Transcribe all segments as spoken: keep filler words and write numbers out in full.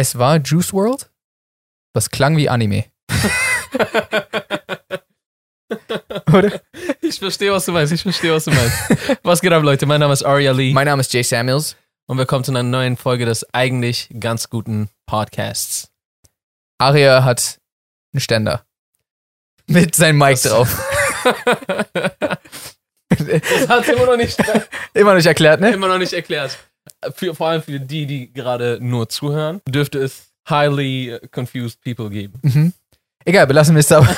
Es war Juice world, was klang wie Anime. Oder? Ich verstehe, was du meinst. Ich verstehe, was du meinst. Was geht ab, Leute? Mein Name ist Aria Lee. Mein Name ist Jay Samuels. Und willkommen zu einer neuen Folge des eigentlich ganz guten Podcasts. Aria hat einen Ständer. Mit seinem Mic das drauf. Das hat immer noch nicht... immer noch nicht erklärt, ne? Immer noch nicht erklärt. Für, vor allem für die, die gerade nur zuhören, dürfte es highly confused people geben. Mhm. Egal, belassen wir es aber.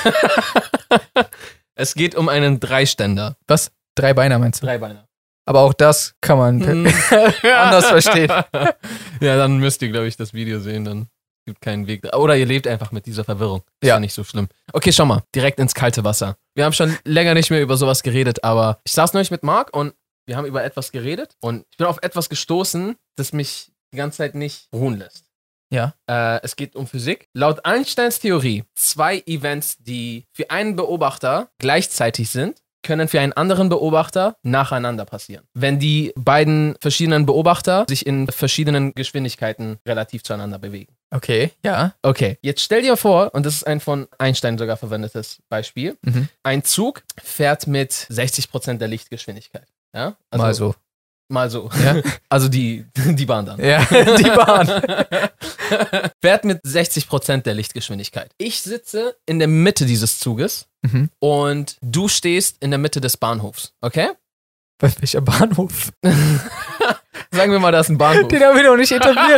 Es geht um einen Dreiständer. Was? Drei Beiner meinst du? Drei Beiner. Aber auch das kann man Mhm. anders verstehen. Ja, dann müsst ihr, glaube ich, das Video sehen, dann gibt keinen Weg. Oder ihr lebt einfach mit dieser Verwirrung. Ist ja. ja nicht so schlimm. Okay, schau mal, direkt ins kalte Wasser. Wir haben schon länger nicht mehr über sowas geredet, aber ich saß neulich mit Marc und wir haben über etwas geredet und ich bin auf etwas gestoßen, das mich die ganze Zeit nicht ruhen lässt. Ja. Äh, es geht um Physik. Laut Einsteins Theorie, zwei Events, die für einen Beobachter gleichzeitig sind, können für einen anderen Beobachter nacheinander passieren. Wenn die beiden verschiedenen Beobachter sich in verschiedenen Geschwindigkeiten relativ zueinander bewegen. Okay, ja. Okay, jetzt stell dir vor, und das ist ein von Einstein sogar verwendetes Beispiel, Mhm. ein Zug fährt mit sechzig Prozent der Lichtgeschwindigkeit. Ja? Also, Mal so. Mal so. Ja. Also die, die Bahn dann. Ja, die Bahn. Fährt mit sechzig Prozent der Lichtgeschwindigkeit. Ich sitze in der Mitte dieses Zuges Mhm. und du stehst in der Mitte des Bahnhofs, okay? Bei welcher Bahnhof? Sagen wir mal, da ist ein Bahnhof. Den haben wir noch nicht etabliert.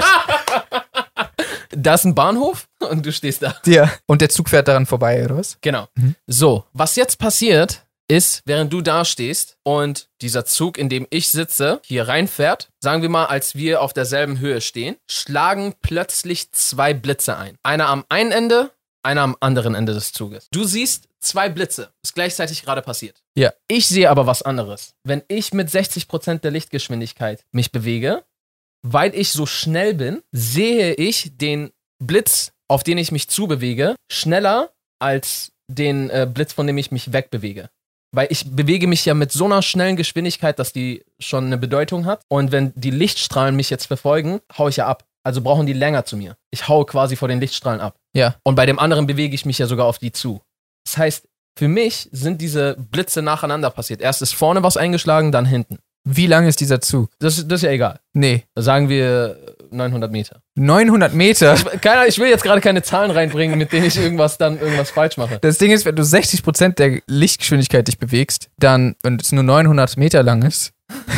Da ist ein Bahnhof und du stehst da. Ja. Und der Zug fährt daran vorbei, oder was? Genau. Mhm. So, was jetzt passiert, ist, während du da stehst und dieser Zug, in dem ich sitze, hier reinfährt, sagen wir mal, als wir auf derselben Höhe stehen, schlagen plötzlich zwei Blitze ein. Einer am einen Ende, einer am anderen Ende des Zuges. Du siehst zwei Blitze, ist gleichzeitig gerade passiert. Ja. Ich sehe aber was anderes. Wenn ich mit sechzig Prozent der Lichtgeschwindigkeit mich bewege, weil ich so schnell bin, sehe ich den Blitz, auf den ich mich zubewege, schneller als den äh, Blitz, von dem ich mich wegbewege. Weil ich bewege mich ja mit so einer schnellen Geschwindigkeit, dass die schon eine Bedeutung hat. Und wenn die Lichtstrahlen mich jetzt verfolgen, hau ich ja ab. Also brauchen die länger zu mir. Ich hau quasi vor den Lichtstrahlen ab. Ja. Und bei dem anderen bewege ich mich ja sogar auf die zu. Das heißt, für mich sind diese Blitze nacheinander passiert. Erst ist vorne was eingeschlagen, dann hinten. Wie lang ist dieser Zug? Das, das ist ja egal. Nee. Da sagen wir neunhundert Meter. neunhundert Meter? Ich, keiner, ich will jetzt gerade keine Zahlen reinbringen, mit denen ich irgendwas dann irgendwas falsch mache. Das Ding ist, wenn du sechzig Prozent der Lichtgeschwindigkeit dich bewegst, dann, wenn es nur neunhundert Meter lang ist.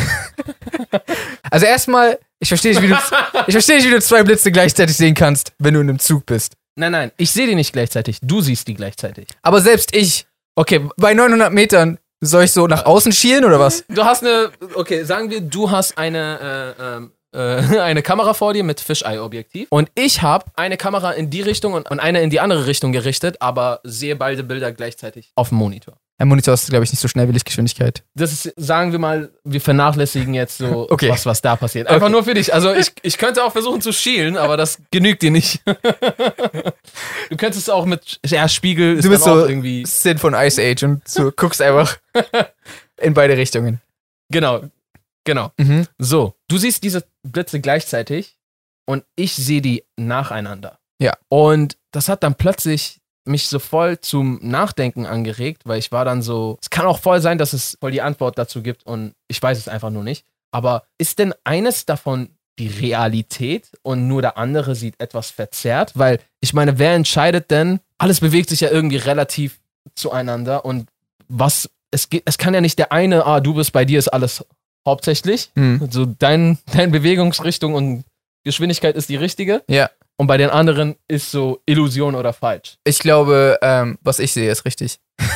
Also erstmal, ich verstehe nicht, wie du, ich verstehe nicht, wie du zwei Blitze gleichzeitig sehen kannst, wenn du in einem Zug bist. Nein, nein, ich sehe die nicht gleichzeitig. Du siehst die gleichzeitig. Aber selbst ich, Okay, bei neunhundert Metern, soll ich so nach außen schielen oder was? du hast eine, okay, sagen wir, du hast eine, äh, ähm, äh, eine Kamera vor dir mit Fisheye-Objektiv und ich habe eine Kamera in die Richtung und, und eine in die andere Richtung gerichtet, aber sehe beide Bilder gleichzeitig auf dem Monitor. Ein Monitor ist, glaube ich, nicht so schnell wie Lichtgeschwindigkeit. Das ist, sagen wir mal, wir vernachlässigen jetzt so, Okay. was, was da passiert. Einfach Okay. nur für dich. Also ich, ich könnte auch versuchen zu schielen, aber das genügt dir nicht. Du könntest auch mit, ja, Spiegel ist Du bist dann auch so irgendwie... Sid von Ice Age und so guckst einfach in beide Richtungen. Genau, genau. Mhm. So, du siehst diese Blitze gleichzeitig und ich sehe die nacheinander. Ja. Und das hat dann plötzlich mich so voll zum Nachdenken angeregt, weil ich war dann so, es kann auch voll sein, dass es voll die Antwort dazu gibt und ich weiß es einfach nur nicht. Aber ist denn eines davon die Realität und nur der andere sieht etwas verzerrt? Weil ich meine, wer entscheidet denn? Alles bewegt sich ja irgendwie relativ zueinander und was, es, geht, es kann ja nicht der eine, ah, du bist, bei dir ist alles hauptsächlich. Mhm. So dein, deine Bewegungsrichtung und Geschwindigkeit ist die richtige. Ja. Und bei den anderen ist so Illusion oder falsch. Ich glaube, ähm, was ich sehe, ist richtig.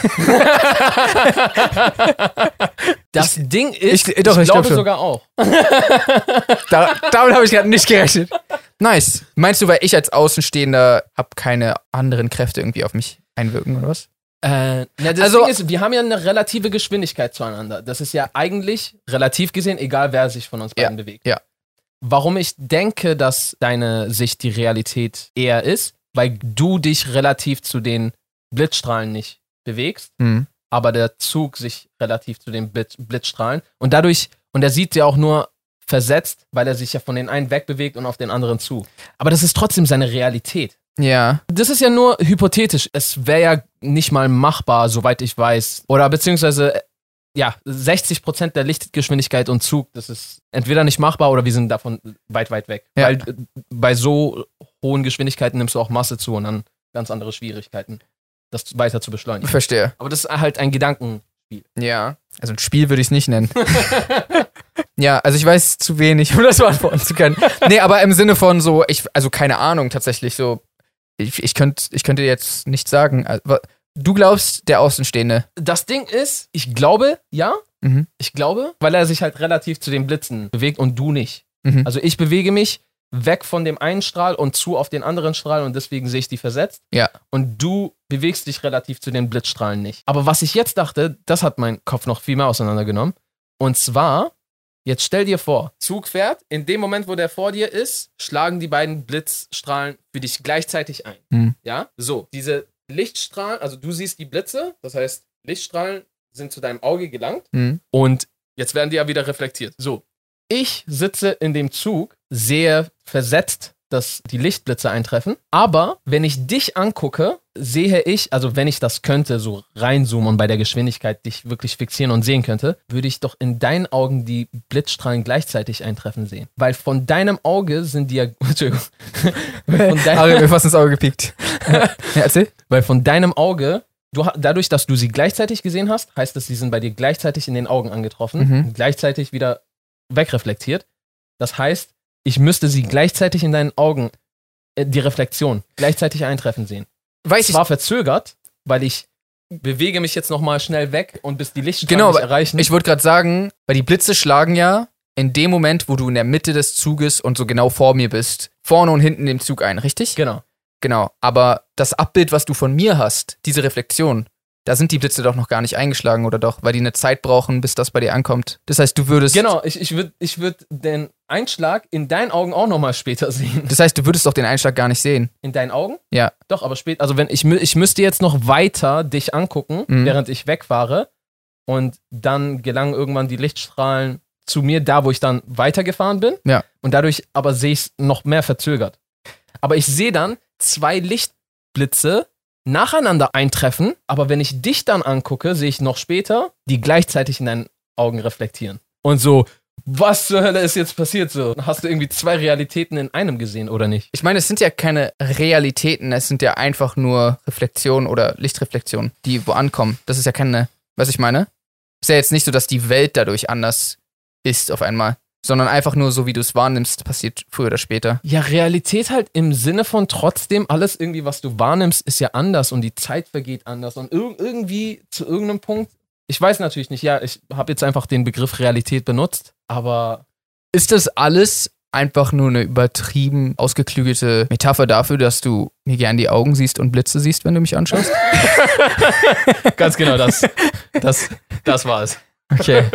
Das Ich- Ding ist, ich- doch, ich glaube glaub schon. sogar auch. Da, damit habe ich gerade nicht gerechnet. Nice. Meinst du, weil ich als Außenstehender habe keine anderen Kräfte irgendwie auf mich einwirken oder was? Äh, na, das Also- Ding ist, wir haben ja eine relative Geschwindigkeit zueinander. Das ist ja eigentlich relativ gesehen, egal wer sich von uns beiden bewegt. ja. Warum ich denke, dass deine Sicht die Realität eher ist, weil du dich relativ zu den Blitzstrahlen nicht bewegst, Mhm. aber der Zug sich relativ zu den Blitz, Blitzstrahlen und dadurch, und er sieht ja auch nur versetzt, weil er sich ja von den einen wegbewegt und auf den anderen zu. Aber das ist trotzdem seine Realität. Ja. Das ist ja nur hypothetisch. Es wäre ja nicht mal machbar, soweit ich weiß. Oder beziehungsweise, ja, sechzig Prozent der Lichtgeschwindigkeit und Zug, das ist entweder nicht machbar oder wir sind davon weit, weit weg. Ja. Weil äh, bei so hohen Geschwindigkeiten nimmst du auch Masse zu und dann ganz andere Schwierigkeiten, das weiter zu beschleunigen. Verstehe. Aber das ist halt ein Gedankenspiel. Ja. Also ein Spiel würde ich es nicht nennen. Ja, also ich weiß zu wenig, um das beantworten zu können. Nee, aber im Sinne von so, ich, also keine Ahnung tatsächlich so, ich, ich, könnt, ich könnte jetzt nicht sagen. Also, du glaubst, der Außenstehende. Das Ding ist, ich glaube, ja, Mhm. ich glaube, weil er sich halt relativ zu den Blitzen bewegt und du nicht. Mhm. Also ich bewege mich weg von dem einen Strahl und zu auf den anderen Strahl und deswegen sehe ich die versetzt. Ja. Und du bewegst dich relativ zu den Blitzstrahlen nicht. Aber was ich jetzt dachte, das hat mein Kopf noch viel mehr auseinandergenommen. Und zwar, jetzt stell dir vor, Zug fährt, in dem Moment, wo der vor dir ist, schlagen die beiden Blitzstrahlen für dich gleichzeitig ein. Mhm. Ja? So, diese Lichtstrahlen, also du siehst die Blitze, das heißt, Lichtstrahlen sind zu deinem Auge gelangt Mhm. und jetzt werden die ja wieder reflektiert. So, ich sitze in dem Zug, sehe versetzt, dass die Lichtblitze eintreffen, aber wenn ich dich angucke, sehe ich, also wenn ich das könnte, so reinzoomen und bei der Geschwindigkeit dich wirklich fixieren und sehen könnte, würde ich doch in deinen Augen die Blitzstrahlen gleichzeitig eintreffen sehen. Weil von deinem Auge sind die ja, Entschuldigung, von dein, Ari, mir fast ins Auge gepiekt. Ja, erzähl. weil von deinem Auge, du, ha- dadurch, dass du sie gleichzeitig gesehen hast, heißt das, sie sind bei dir gleichzeitig in den Augen angetroffen Mhm. und gleichzeitig wieder wegreflektiert. Das heißt, ich müsste sie gleichzeitig in deinen Augen, äh, die Reflexion, gleichzeitig eintreffen sehen. Weiß ich. Zwar verzögert, weil ich bewege mich jetzt nochmal schnell weg und bis die Lichtstrahlen Genau, mich aber erreichen. Ich wollte gerade sagen, weil die Blitze schlagen ja in dem Moment, wo du in der Mitte des Zuges und so genau vor mir bist, vorne und hinten im Zug ein, richtig? genau. Genau. Aber das Abbild, was du von mir hast, diese Reflexion, da sind die Blitze doch noch gar nicht eingeschlagen, oder doch? Weil die eine Zeit brauchen, bis das bei dir ankommt. Das heißt, du würdest. Genau, ich, ich würde ich würd den Einschlag in deinen Augen auch nochmal später sehen. Das heißt, du würdest doch den Einschlag gar nicht sehen. In deinen Augen? Ja. Doch, aber später, also wenn ich, mü- ich müsste jetzt noch weiter dich angucken, Mhm. während ich wegfahre und dann gelangen irgendwann die Lichtstrahlen zu mir, da wo ich dann weitergefahren bin. Ja. Und dadurch aber sehe ich es noch mehr verzögert. Aber ich sehe dann zwei Lichtblitze nacheinander eintreffen, aber wenn ich dich dann angucke, sehe ich noch später, die gleichzeitig in deinen Augen reflektieren. Und so, was zur Hölle ist jetzt passiert so? Hast du irgendwie zwei Realitäten in einem gesehen oder nicht? Ich meine, es sind ja keine Realitäten, es sind ja einfach nur Reflexionen oder Lichtreflexionen, die wo ankommen. Das ist ja keine, was ich meine? Ist ja jetzt nicht so, dass die Welt dadurch anders ist auf einmal, sondern einfach nur so, wie du es wahrnimmst, passiert früher oder später. Ja, Realität halt im Sinne von trotzdem, alles irgendwie, was du wahrnimmst, ist ja anders und die Zeit vergeht anders und ir- irgendwie zu irgendeinem Punkt, ich weiß natürlich nicht, ja, ich habe jetzt einfach den Begriff Realität benutzt, aber Ist das alles einfach nur eine übertrieben ausgeklügelte Metapher dafür, dass du mir gern die Augen siehst und Blitze siehst, wenn du mich anschaust? ganz genau das, das, das war es. Okay.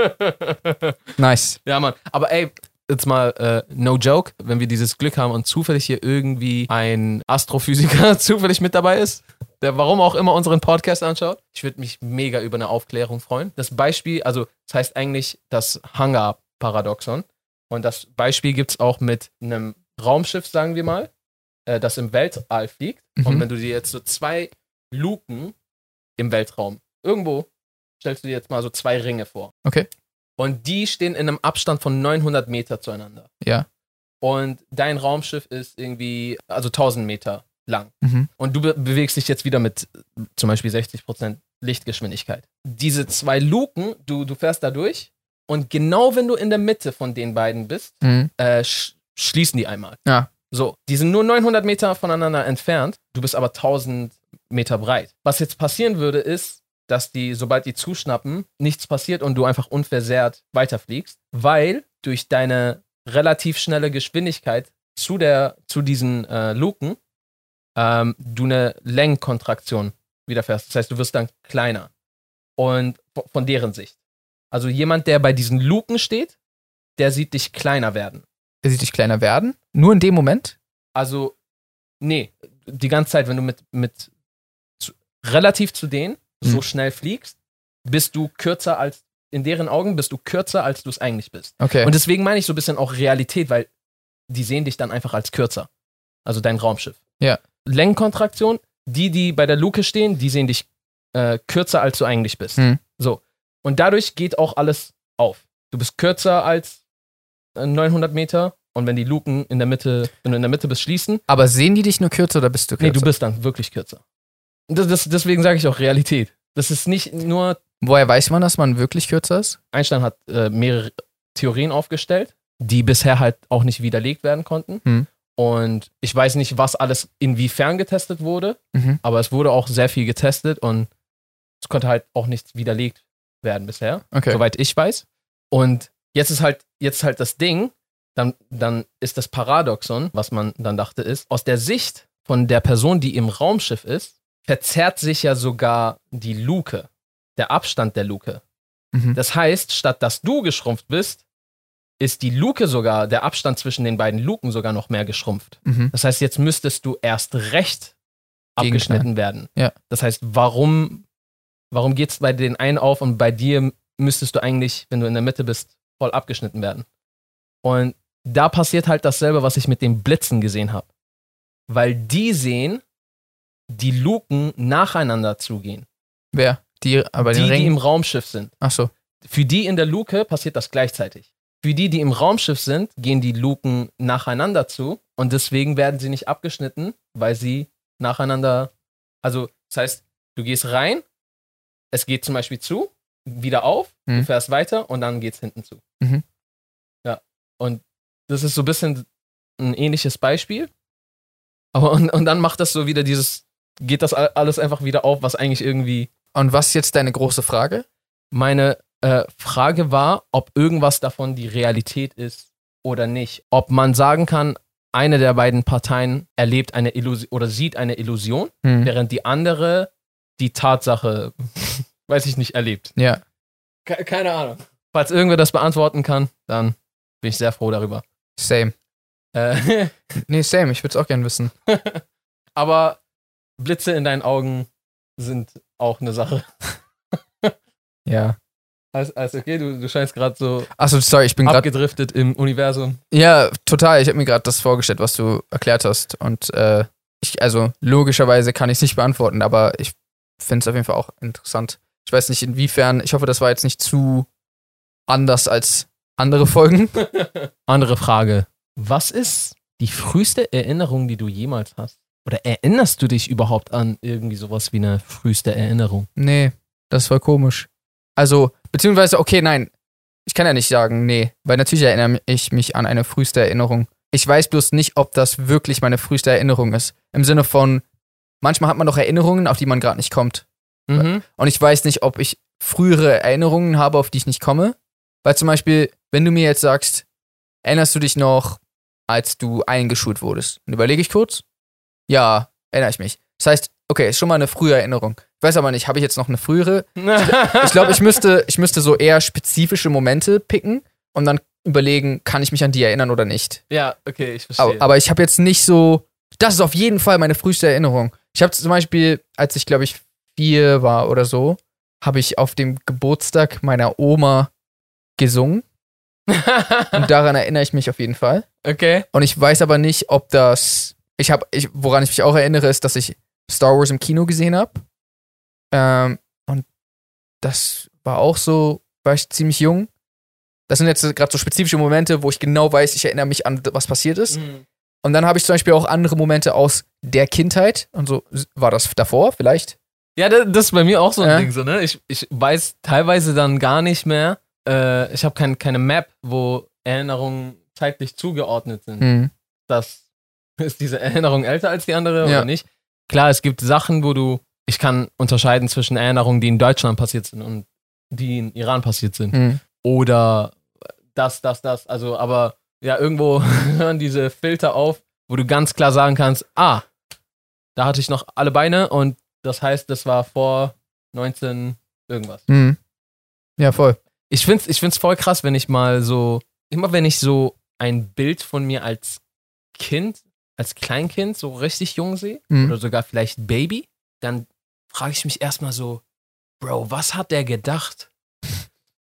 Nice. Ja, Mann, aber ey, jetzt mal äh, no joke, wenn wir dieses Glück haben und zufällig hier irgendwie ein Astrophysiker zufällig mit dabei ist, der warum auch immer unseren Podcast anschaut, ich würde mich mega über eine Aufklärung freuen. Das Beispiel, also das heißt eigentlich das Hangar-Paradoxon und das Beispiel gibt es auch mit einem Raumschiff, sagen wir mal, äh, das im Weltall fliegt Mhm. und wenn du dir jetzt so zwei Luken im Weltraum, irgendwo stellst du dir jetzt mal so zwei Ringe vor. Okay. Und die stehen in einem Abstand von neunhundert Meter zueinander. Ja. Und dein Raumschiff ist irgendwie, also tausend Meter lang. Mhm. Und du be bewegst dich jetzt wieder mit äh, zum Beispiel sechzig Prozent Lichtgeschwindigkeit. Diese zwei Luken, du, du fährst da durch und genau wenn du in der Mitte von den beiden bist, Mhm. äh, sch schließen die einmal. Ja. So, die sind nur neunhundert Meter voneinander entfernt, du bist aber tausend Meter breit. Was jetzt passieren würde, ist, dass die, sobald die zuschnappen, nichts passiert und du einfach unversehrt weiterfliegst, weil durch deine relativ schnelle Geschwindigkeit zu, der, zu diesen äh, Luken ähm, du eine Längenkontraktion widerfährst. Das heißt, du wirst dann kleiner. Und v- von deren Sicht. Also jemand, der bei diesen Luken steht, der sieht dich kleiner werden. Er sieht dich kleiner werden? Nur in dem Moment? Also, nee, die ganze Zeit, wenn du mit, mit zu, relativ zu denen so Hm. schnell fliegst, bist du kürzer als in deren Augen bist du kürzer, als du es eigentlich bist. Okay. Und deswegen meine ich so ein bisschen auch Realität, weil die sehen dich dann einfach als kürzer. Also dein Raumschiff. Ja. Längenkontraktion, die, die bei der Luke stehen, die sehen dich äh, kürzer, als du eigentlich bist. Hm. So. Und dadurch geht auch alles auf. Du bist kürzer als äh, neunhundert Meter und wenn die Luken in der Mitte, wenn du in der Mitte bist, schließen. Aber sehen die dich nur kürzer oder bist du kürzer? Nee, du bist dann wirklich kürzer. Das, das, deswegen sage ich auch Realität. Das ist nicht nur. Woher weiß man, dass man wirklich kürzer ist? Einstein hat äh, mehrere Theorien aufgestellt, die bisher halt auch nicht widerlegt werden konnten. Hm. Und ich weiß nicht, was alles inwiefern getestet wurde, Mhm. aber es wurde auch sehr viel getestet und es konnte halt auch nicht widerlegt werden bisher, Okay. soweit ich weiß. Und jetzt ist halt, jetzt ist halt das Ding, dann, dann ist das Paradoxon, was man dann dachte, ist, aus der Sicht von der Person, die im Raumschiff ist, verzerrt sich ja sogar die Luke, der Abstand der Luke. Mhm. Das heißt, statt dass du geschrumpft bist, ist die Luke sogar, der Abstand zwischen den beiden Luken sogar noch mehr geschrumpft. Mhm. Das heißt, jetzt müsstest du erst recht abgeschnitten werden. Ja. Das heißt, warum, warum geht es bei den einen auf und bei dir müsstest du eigentlich, wenn du in der Mitte bist, voll abgeschnitten werden? Und da passiert halt dasselbe, was ich mit den Blitzen gesehen habe. Weil die sehen, die Luken nacheinander zugehen. Wer? Die, aber die, den die Ring. im Raumschiff sind. Ach so. Für die in der Luke passiert das gleichzeitig. Für die, die im Raumschiff sind, gehen die Luken nacheinander zu und deswegen werden sie nicht abgeschnitten, weil sie nacheinander, also das heißt, du gehst rein, es geht zum Beispiel zu, wieder auf, Mhm. du fährst weiter und dann geht's hinten zu. Mhm. Ja, und das ist so ein bisschen ein ähnliches Beispiel, aber und, und dann macht das so wieder dieses, geht das alles einfach wieder auf, was eigentlich irgendwie Und was ist jetzt deine große Frage? meine äh, Frage war, ob irgendwas davon die Realität ist oder nicht. Ob man sagen kann, eine der beiden Parteien erlebt eine Illusion oder sieht eine Illusion, Hm. während die andere die Tatsache, weiß ich nicht, erlebt. Ja. Ke- keine Ahnung. Falls irgendwer das beantworten kann, dann bin ich sehr froh darüber. Same. Äh, Nee, same. Ich würde es auch gern wissen. aber Blitze in deinen Augen sind auch eine Sache. Ja. Alles, alles okay? Du, du scheinst gerade so Achso, sorry, ich bin gerade. abgedriftet im Universum. Ja, total. Ich habe mir gerade das vorgestellt, was du erklärt hast. Und äh, ich, also logischerweise kann ich es nicht beantworten, aber ich finde es auf jeden Fall auch interessant. Ich weiß nicht, inwiefern, ich hoffe, das war jetzt nicht zu anders als andere Folgen. Andere Frage. Was ist die früheste Erinnerung, die du jemals hast? Oder erinnerst du dich überhaupt an irgendwie sowas wie eine früheste Erinnerung? Nee, das war komisch. Also, beziehungsweise, okay, nein. Ich kann ja nicht sagen, nee, weil natürlich erinnere ich mich an eine früheste Erinnerung. Ich weiß bloß nicht, ob das wirklich meine früheste Erinnerung ist. Im Sinne von, manchmal hat man doch Erinnerungen, auf die man gerade nicht kommt. Mhm. Und ich weiß nicht, ob ich frühere Erinnerungen habe, auf die ich nicht komme. Weil zum Beispiel, wenn du mir jetzt sagst, erinnerst du dich noch, als du eingeschult wurdest? Dann überlege ich kurz. Ja, erinnere ich mich. Das heißt, okay, ist schon mal eine frühe Erinnerung. Ich weiß aber nicht, habe ich jetzt noch eine frühere? Ich glaube, ich müsste, ich müsste so eher spezifische Momente picken und dann überlegen, kann ich mich an die erinnern oder nicht. Ja, okay, ich verstehe. Aber, aber ich habe jetzt nicht so, das ist auf jeden Fall meine früheste Erinnerung. Ich habe zum Beispiel, als ich glaube ich vier war oder so, habe ich auf dem Geburtstag meiner Oma gesungen. Und daran erinnere ich mich auf jeden Fall. okay. Und ich weiß aber nicht, ob das, ich habe, ich, woran ich mich auch erinnere, ist, dass ich Star Wars im Kino gesehen habe. Ähm, und das war auch so, war ich ziemlich jung. Das sind jetzt gerade so spezifische Momente, wo ich genau weiß, ich erinnere mich an, was passiert ist. Mhm. Und dann habe ich zum Beispiel auch andere Momente aus der Kindheit. Und so war das davor vielleicht. Ja, das, das ist bei mir auch so ein Ja. Ding, so, ne? Ich, ich weiß teilweise dann gar nicht mehr, äh, ich habe kein, keine Map, wo Erinnerungen zeitlich zugeordnet sind. Hm. Das ist diese Erinnerung älter als die andere Ja. oder nicht? Klar, es gibt Sachen, wo du, ich kann unterscheiden zwischen Erinnerungen, die in Deutschland passiert sind und die in Iran passiert sind. Hm. Oder das, das, das. Also, aber ja, irgendwo hören diese Filter auf, wo du ganz klar sagen kannst, ah, da hatte ich noch alle Beine und das heißt, das war vor neunzehn irgendwas. Hm. Ja, voll. Ich find's, ich find's voll krass, wenn ich mal so, immer wenn ich so ein Bild von mir als Kind, als Kleinkind so richtig jung sehe, Hm. oder sogar vielleicht Baby, dann frage ich mich erstmal so, Bro, was hat der gedacht?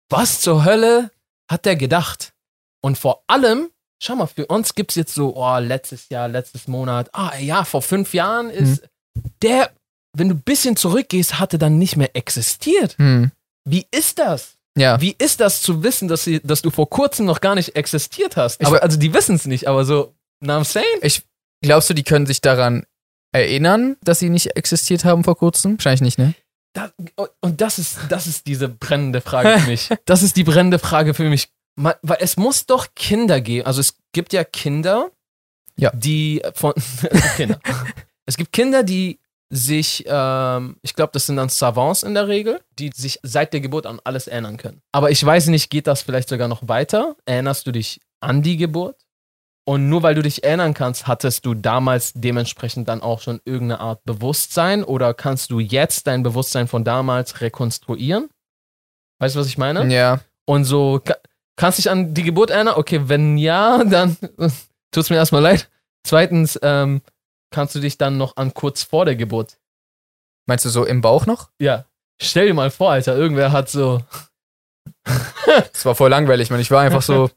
was zur Hölle hat der gedacht? Und vor allem, schau mal, für uns gibt's jetzt so, oh, letztes Jahr, letztes Monat, ah ja, vor fünf Jahren ist hm. der, wenn du ein bisschen zurückgehst, hatte dann nicht mehr existiert. Hm. Wie ist das? Ja. Wie ist das zu wissen, dass, sie, dass du vor kurzem noch gar nicht existiert hast? Ich Aber also die wissen es nicht, aber so, know what I'm saying? Ich, glaubst du, die können sich daran erinnern, dass sie nicht existiert haben vor kurzem? Wahrscheinlich nicht, ne? Das, und das ist, das ist diese brennende Frage für mich. Das ist die brennende Frage für mich. Man, weil es muss doch Kinder geben. Also es gibt ja Kinder, ja. die von Kinder. Es gibt Kinder, die sich, ähm, ich glaube, das sind dann Savants in der Regel, die sich seit der Geburt an alles erinnern können. Aber ich weiß nicht, geht das vielleicht sogar noch weiter? Erinnerst du dich an die Geburt? Und nur weil du dich erinnern kannst, hattest du damals dementsprechend dann auch schon irgendeine Art Bewusstsein oder kannst du jetzt dein Bewusstsein von damals rekonstruieren? Weißt du, was ich meine? Ja. Und so, kannst du dich an die Geburt erinnern? Okay, wenn ja, dann tut's mir erstmal leid. Zweitens, ähm, kannst du dich dann noch an kurz vor der Geburt? Meinst du so im Bauch noch? Ja. Stell dir mal vor, Alter, irgendwer hat so... Das war voll langweilig, man. Ich war einfach so...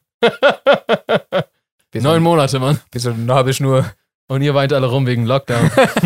Neun so, Monate, Mann. Wie so eine Nabelschnur. Und ihr weint alle rum wegen Lockdown.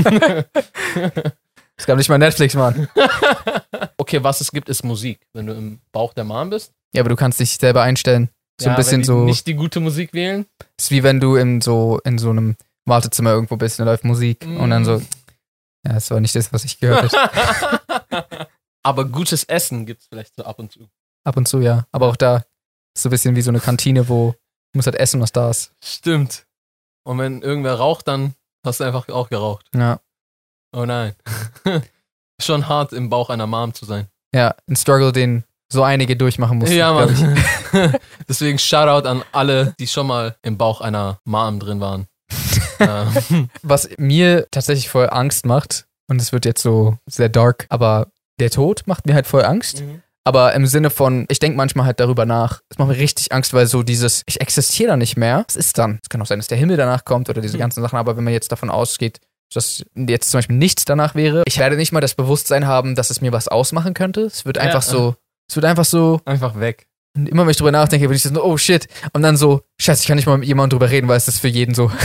Es gab nicht mal Netflix, Mann. Okay, was es gibt, ist Musik, wenn du im Bauch der Mom bist. Ja, aber du kannst dich selber einstellen. So ja, ein bisschen wenn die so... nicht die gute Musik wählen. Ist wie wenn du in so, in so einem Wartezimmer irgendwo bist, da läuft Musik mm. und dann so... Ja, das war nicht das, was ich gehört hätte. Aber gutes Essen gibt's vielleicht so ab und zu. Ab und zu, ja. Aber auch da ist so ein bisschen wie so eine Kantine, wo du musst halt essen, was da ist. Stimmt. Und wenn irgendwer raucht, dann hast du einfach auch geraucht. Ja. Oh nein. Schon hart im Bauch einer Mom zu sein. Ja, ein Struggle, den so einige durchmachen mussten. Ja, Mann. Deswegen Shoutout an alle, die schon mal im Bauch einer Mom drin waren. Was mir tatsächlich voll Angst macht, und es wird jetzt so sehr dark, aber der Tod macht mir halt voll Angst. Mhm. Aber im Sinne von, ich denke manchmal halt darüber nach. Es macht mir richtig Angst, weil so dieses, ich existiere da nicht mehr. Was ist dann? Es kann auch sein, dass der Himmel danach kommt oder diese ganzen Sachen, aber wenn man jetzt davon ausgeht, dass jetzt zum Beispiel nichts danach wäre, ich werde nicht mal das Bewusstsein haben, dass es mir was ausmachen könnte. Es wird einfach ja. so, es wird einfach so... Einfach weg. Und immer wenn ich drüber nachdenke, bin ich so, oh shit. Und dann so, scheiße, ich kann nicht mal mit jemandem drüber reden, weil es ist für jeden so.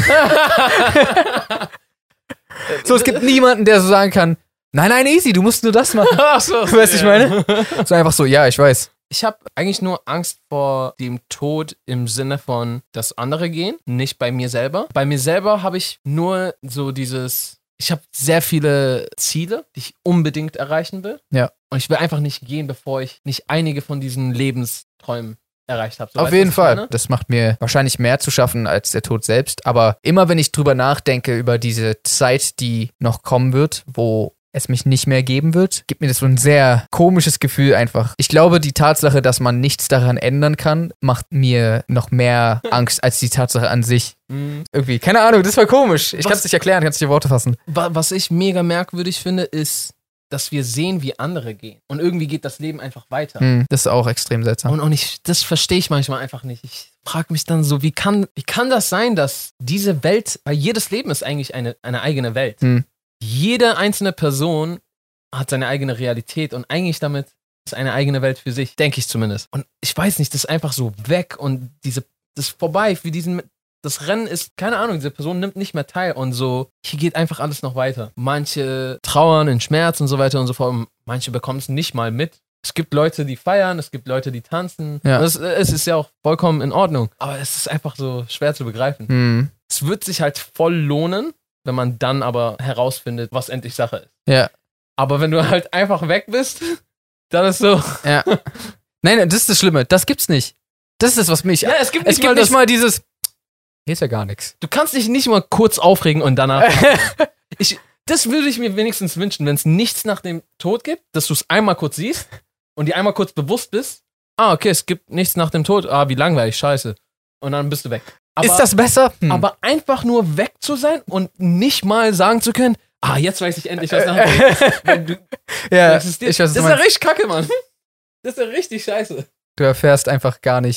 So, es gibt niemanden, der so sagen kann, nein, nein, easy, du musst nur das machen. Ach so, weißt du, was ich meine? So einfach so, ja, ich weiß. Ich habe eigentlich nur Angst vor dem Tod im Sinne von das andere gehen, nicht bei mir selber. Bei mir selber habe ich nur so dieses, ich habe sehr viele Ziele, die ich unbedingt erreichen will. Ja. Und ich will einfach nicht gehen, bevor ich nicht einige von diesen Lebensträumen erreicht habe. So, auf jeden Fall. Meine? Das macht mir wahrscheinlich mehr zu schaffen als der Tod selbst. Aber immer wenn ich drüber nachdenke, über diese Zeit, die noch kommen wird, wo es mich nicht mehr geben wird, gibt mir das so ein sehr komisches Gefühl einfach. Ich glaube, die Tatsache, dass man nichts daran ändern kann, macht mir noch mehr Angst als die Tatsache an sich. Mhm. Irgendwie, keine Ahnung, das war komisch. Ich kann es nicht erklären, kannst nicht in Worte fassen. Was ich mega merkwürdig finde, ist, dass wir sehen, wie andere gehen. Und irgendwie geht das Leben einfach weiter. Mhm, das ist auch extrem seltsam. Und, und ich, das verstehe ich manchmal einfach nicht. Ich frage mich dann so, wie kann, wie kann das sein, dass diese Welt, weil jedes Leben ist eigentlich eine, eine eigene Welt. Mhm. Jede einzelne Person hat seine eigene Realität und eigentlich damit ist eine eigene Welt für sich, denke ich zumindest. Und ich weiß nicht, das ist einfach so weg und diese, das ist vorbei. Für diesen, das Rennen ist, keine Ahnung, diese Person nimmt nicht mehr teil und so, hier geht einfach alles noch weiter. Manche trauern in Schmerz und so weiter und so fort und manche bekommen es nicht mal mit. Es gibt Leute, die feiern, es gibt Leute, die tanzen. Ja. Das, es ist ja auch vollkommen in Ordnung. Aber es ist einfach so schwer zu begreifen. Mhm. Es wird sich halt voll lohnen, wenn man dann aber herausfindet, was endlich Sache ist. Ja. Aber wenn du halt einfach weg bist, dann ist so... Ja. Nein, das ist das Schlimme. Das gibt's nicht. Das ist das, was mich... Ja, es gibt nicht, es gibt mal, nicht das, mal dieses... Hier ist ja gar nichts. Du kannst dich nicht mal kurz aufregen und danach... ich, das würde ich mir wenigstens wünschen, wenn es nichts nach dem Tod gibt, dass du es einmal kurz siehst und dir einmal kurz bewusst bist, ah, okay, es gibt nichts nach dem Tod, ah, wie langweilig, scheiße. Und dann bist du weg. Aber, ist das besser? Hm. Aber einfach nur weg zu sein und nicht mal sagen zu können, ah, jetzt weiß ich endlich, was nach dem Tod ist. Wenn du, ja, du ich weiß, das ist ja richtig kacke, Mann. Das ist ja richtig scheiße. Du erfährst einfach gar nicht,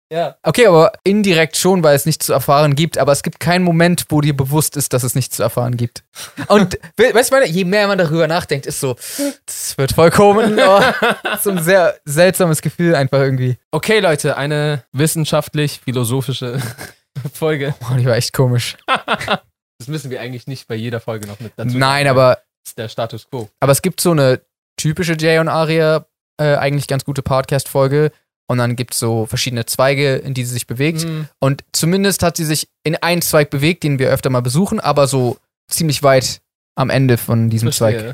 Ja. Okay, aber indirekt schon, weil es nichts zu erfahren gibt, aber es gibt keinen Moment, wo dir bewusst ist, dass es nichts zu erfahren gibt. Und we- weißt du, meine, je mehr man darüber nachdenkt, ist so, das wird vollkommen oh, so ein sehr seltsames Gefühl einfach irgendwie. Okay, Leute, eine wissenschaftlich-philosophische Folge. Oh, die war echt komisch. Das müssen wir eigentlich nicht bei jeder Folge noch mit dazu. Nein, sagen, aber, das ist der Status quo. aber es gibt so eine typische Jay und Aria, äh, eigentlich ganz gute Podcast-Folge. Und dann gibt es so verschiedene Zweige, in die sie sich bewegt. Mhm. Und zumindest hat sie sich in einen Zweig bewegt, den wir öfter mal besuchen, aber so ziemlich weit am Ende von diesem Zweig.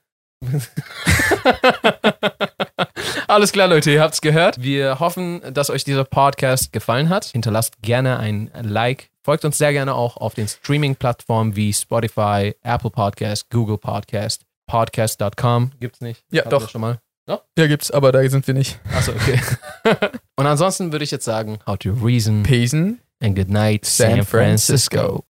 Alles klar, Leute, ihr habt's gehört. Wir hoffen, dass euch dieser Podcast gefallen hat. Hinterlasst gerne ein Like. Folgt uns sehr gerne auch auf den Streaming-Plattformen wie Spotify, Apple Podcast, Google Podcast, podcast Punkt com. Gibt's nicht? Ja, Hatten doch. wir schon mal. Ja, gibt's, aber da sind wir nicht. Achso, okay. Und ansonsten würde ich jetzt sagen, how to reason Pesen, and good night, San Francisco.